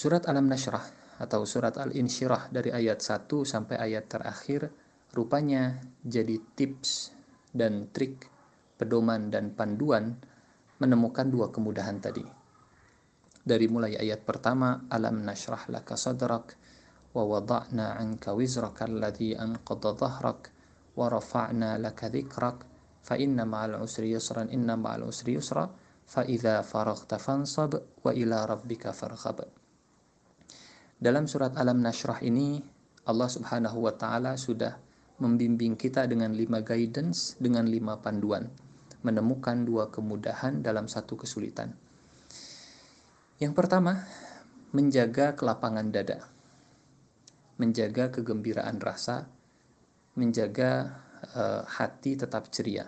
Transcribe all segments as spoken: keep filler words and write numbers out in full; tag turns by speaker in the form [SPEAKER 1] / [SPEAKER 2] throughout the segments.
[SPEAKER 1] Surat Alam Nashrah atau surat Al-Insyirah dari ayat satu sampai ayat terakhir rupanya jadi tips dan trik, pedoman dan panduan menemukan dua kemudahan tadi. Dari mulai ayat pertama, Alam nashrah laka sadrak wa wada'na 'anka wizraka alladhi anqadha dhahrak wa rafa'na laka dhikrak fa inna ma'al usri yusran inna ma'al usri yusra fa idza faraghta fansab wa ila rabbika farghab. Dalam surat Alam Nashrah ini Allah Subhanahu wa taala sudah membimbing kita dengan lima guidance, dengan lima panduan, menemukan dua kemudahan dalam satu kesulitan. Yang pertama, menjaga kelapangan dada, menjaga kegembiraan rasa, menjaga uh, hati tetap ceria.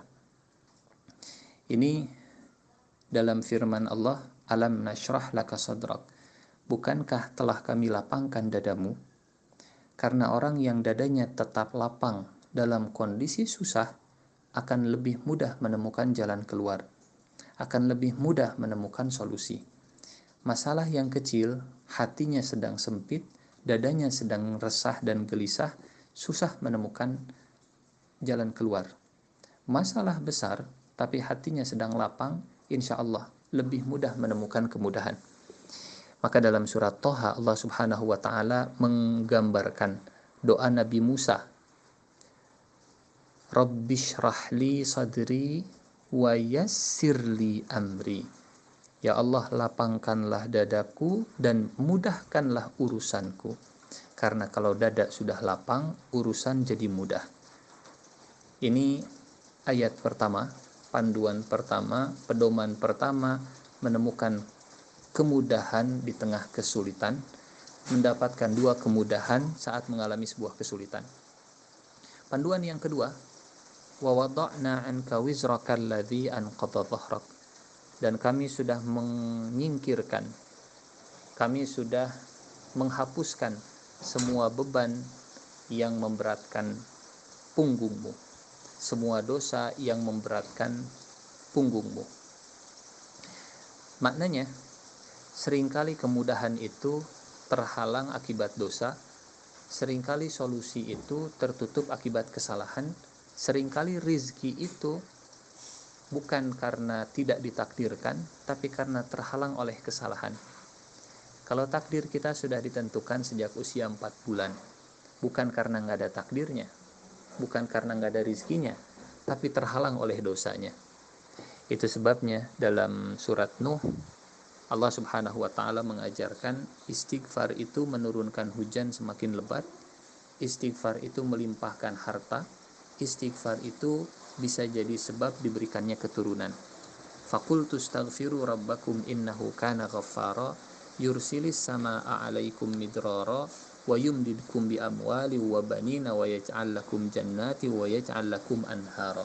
[SPEAKER 1] Ini dalam firman Allah, Alam nashrah laka sadrak. Bukankah telah kami lapangkan dadamu? Karena orang yang dadanya tetap lapang dalam kondisi susah akan lebih mudah menemukan jalan keluar, akan lebih mudah menemukan solusi. Masalah yang kecil, hatinya sedang sempit, dadanya sedang resah dan gelisah, susah menemukan jalan keluar. Masalah besar, tapi hatinya sedang lapang, insya Allah lebih mudah menemukan kemudahan. Maka dalam surat Toha Allah Subhanahu wa taala menggambarkan doa Nabi Musa. Rabbishrahli sadri wa yassirli amri. Ya Allah, lapangkanlah dadaku dan mudahkanlah urusanku. Karena kalau dada sudah lapang, urusan jadi mudah. Ini ayat pertama, panduan pertama, pedoman pertama menemukan kemudahan di tengah kesulitan, mendapatkan dua kemudahan saat mengalami sebuah kesulitan. Panduan yang kedua, wa wada'na 'anka wizraka alladhi anqadha dhahrak. Dan kami sudah menyingkirkan, kami sudah menghapuskan semua beban yang memberatkan punggungmu, semua dosa yang memberatkan punggungmu. Maknanya, seringkali kemudahan itu terhalang akibat dosa, seringkali solusi itu tertutup akibat kesalahan, seringkali rizki itu bukan karena tidak ditakdirkan, tapi karena terhalang oleh kesalahan. Kalau takdir kita sudah ditentukan sejak usia empat bulan, bukan karena nggak ada takdirnya, bukan karena nggak ada rizkinya, tapi terhalang oleh dosanya. Itu sebabnya dalam surat Nuh, Allah Subhanahu wa taala mengajarkan istighfar itu menurunkan hujan semakin lebat, istighfar itu melimpahkan harta, istighfar itu bisa jadi sebab diberikannya keturunan. Faqultu astaghfiru rabbakum innahu kana ghaffara yursilis samaa'a 'alaikum midrara wa yumdidkum bi amwali wa banina wa yaj'al lakum jannati wa yaj'al lakum anhara.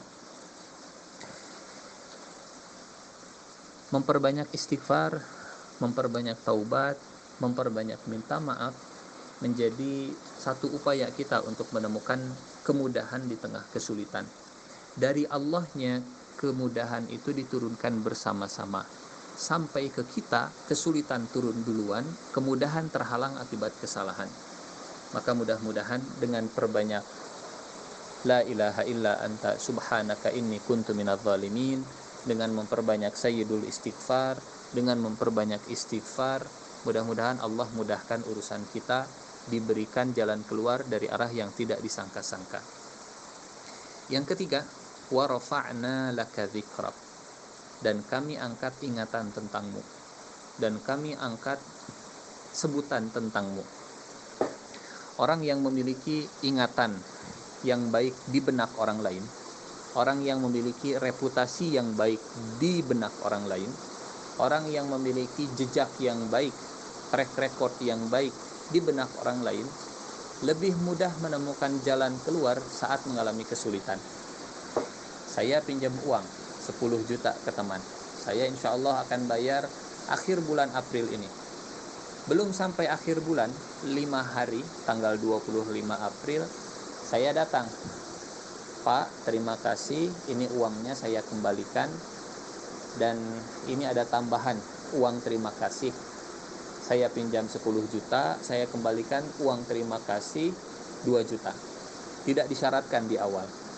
[SPEAKER 1] Memperbanyak istighfar, memperbanyak taubat, memperbanyak minta maaf menjadi satu upaya kita untuk menemukan kemudahan di tengah kesulitan. Dari Allahnya kemudahan itu diturunkan bersama-sama. Sampai ke kita, kesulitan turun duluan, kemudahan terhalang akibat kesalahan. Maka mudah-mudahan dengan perbanyak La ilaha illa anta subhanaka inni kuntu minadh dhalimin, dengan memperbanyak sayyidul istighfar, dengan memperbanyak istighfar, mudah-mudahan Allah mudahkan urusan kita, diberikan jalan keluar dari arah yang tidak disangka-sangka. Yang ketiga, wa rafa'na laka dzikrak, dan kami angkat ingatan tentangmu, dan kami angkat sebutan tentangmu. Orang yang memiliki ingatan yang baik di benak orang lain, orang yang memiliki reputasi yang baik di benak orang lain, orang yang memiliki jejak yang baik, track record yang baik di benak orang lain, lebih mudah menemukan jalan keluar saat mengalami kesulitan. Saya pinjam uang sepuluh juta ke teman, saya insya Allah akan bayar akhir bulan April ini. Belum sampai akhir bulan, lima hari, tanggal dua puluh lima April, saya datang, Pak, terima kasih, ini uangnya saya kembalikan, dan ini ada tambahan uang terima kasih. Saya pinjam sepuluh juta, saya kembalikan uang terima kasih dua juta. Tidak disyaratkan di awal.